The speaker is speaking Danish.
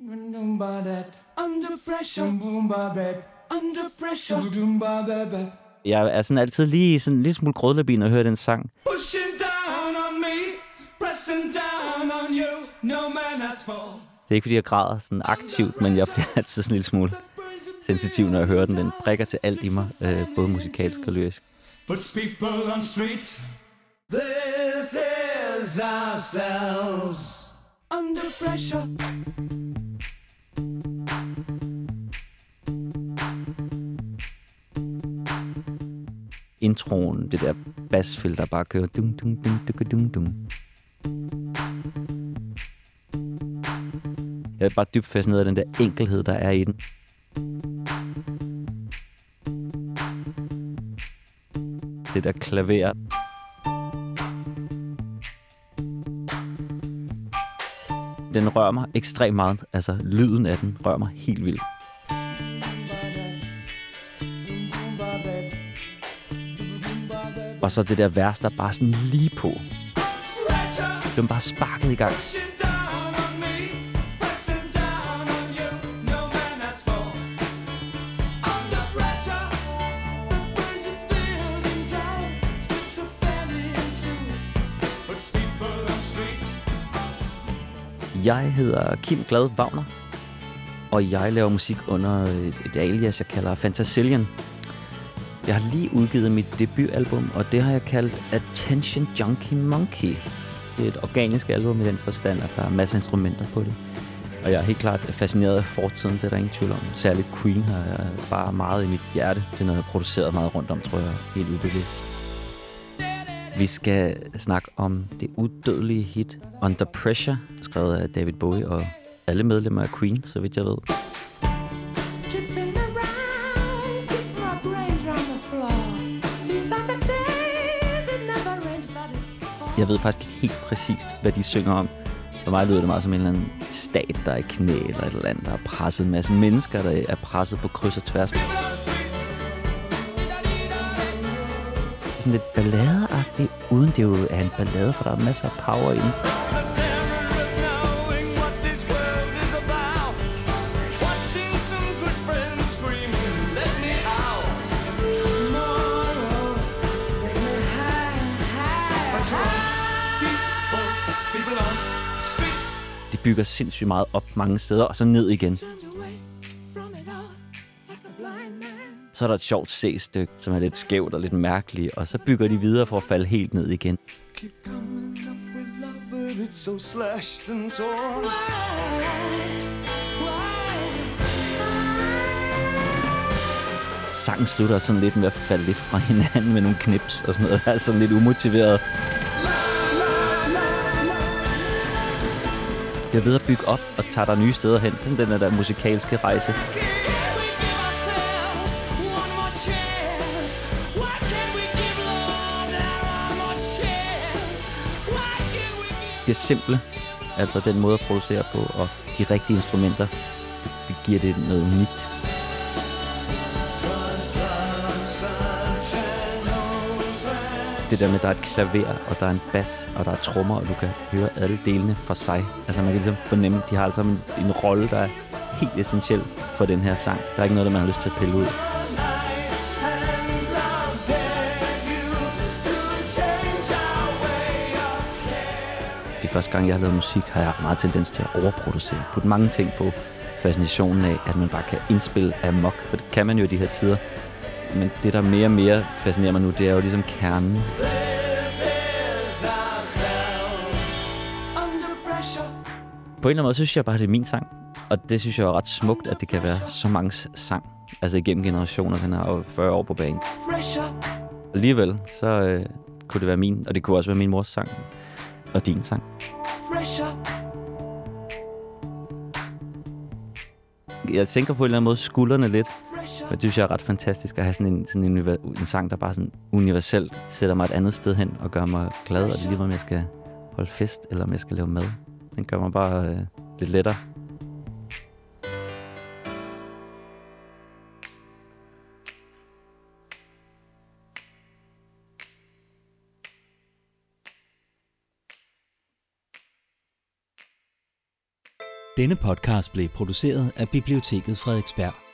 Jeg er sådan altid lige sådan en lille smule grødlabin at høre den sang. Det er ikke fordi jeg græder sådan aktivt, men jeg bliver altid sådan en lille smule sensitiv, når jeg hører den. Den prikker til alt i mig, både musikalsk og lyrisk. Puts people on streets. This is ourselves under pressure. Introen, det der basfilter bare kører dum dum dum dum dum dum. Jeg er bare dybt fascineret af den der enkelhed, der er i den. Det der klaver. Den rører mig ekstremt meget. Altså, lyden af den rører mig helt vildt. Og så det der vers, der bare sådan lige på. Den bare sparket i gang. Jeg hedder Kim Glad Wagner, og jeg laver musik under et alias, jeg kalder Fantasillion. Jeg har lige udgivet mit debutalbum, og det har jeg kaldt Attention Junkie Monkey. Det er et organisk album i den forstand, at der er masser af instrumenter på det. Og jeg er helt klart fascineret af fortiden, det er der ingen tvivl om. Særligt Queen har jeg bare meget i mit hjerte. Det er noget, jeg har produceret meget rundt om, tror jeg, helt ubevidst. Vi skal snakke om det udødelige hit Under Pressure, skrevet af David Bowie og alle medlemmer af Queen, så vidt jeg ved. Jeg ved faktisk ikke helt præcist, hvad de synger om. For mig lyder det meget som en eller anden stat, der er i knæ, eller et eller andet, der har presset en masse mennesker, der er presset på kryds og tværs. Sådan lidt balladeagtigt, uden det jo er en ballade, for der er masser af power i den. De bygger sindssygt meget op mange steder, og så ned igen. Så er der et sjovt C-stykke, som er lidt skævt og lidt mærkeligt, og så bygger de videre for at falde helt ned igen. Sangen slutter sådan lidt med at falde lidt fra hinanden med nogle knips og sådan noget, der er sådan lidt umotiveret. Jeg er ved at bygge op og tager der nye steder hen. Den der musikalske rejse. Det simple, altså den måde at producere på, og de rigtige instrumenter, det giver det noget unikt. Det der med, at der er et klaver, og der er en bas, og der er trommer, og du kan høre alle delene for sig. Altså man kan ligesom fornemme, at de har altså en rolle, der er helt essentiel for den her sang. Der er ikke noget, der man har lyst til at pille ud. De første gange, jeg har lavet musik, har jeg haft meget tendens til at overproducere. Putte mange ting på fascinationen af, at man bare kan indspille amok, for det kan man jo i de her tider. Men det, der mere og mere fascinerer mig nu, det er jo ligesom kernen. På en eller anden måde synes jeg bare, at det er min sang. Og det synes jeg er ret smukt, at det kan være så mange sang. Altså igennem generationer, den har jo 40 år på banen. Alligevel, så kunne det være min, og det kunne også være min mors sang. Og din sang. Jeg tænker på en eller anden måde skuldrene lidt. Og det synes jeg er ret fantastisk at have sådan en sang, der bare sådan universelt sætter mig et andet sted hen og gør mig glad. Og det er lige, om jeg skal holde fest, eller om jeg skal lave mad. Den gør mig bare lidt lettere. Denne podcast blev produceret af Biblioteket Frederiksberg.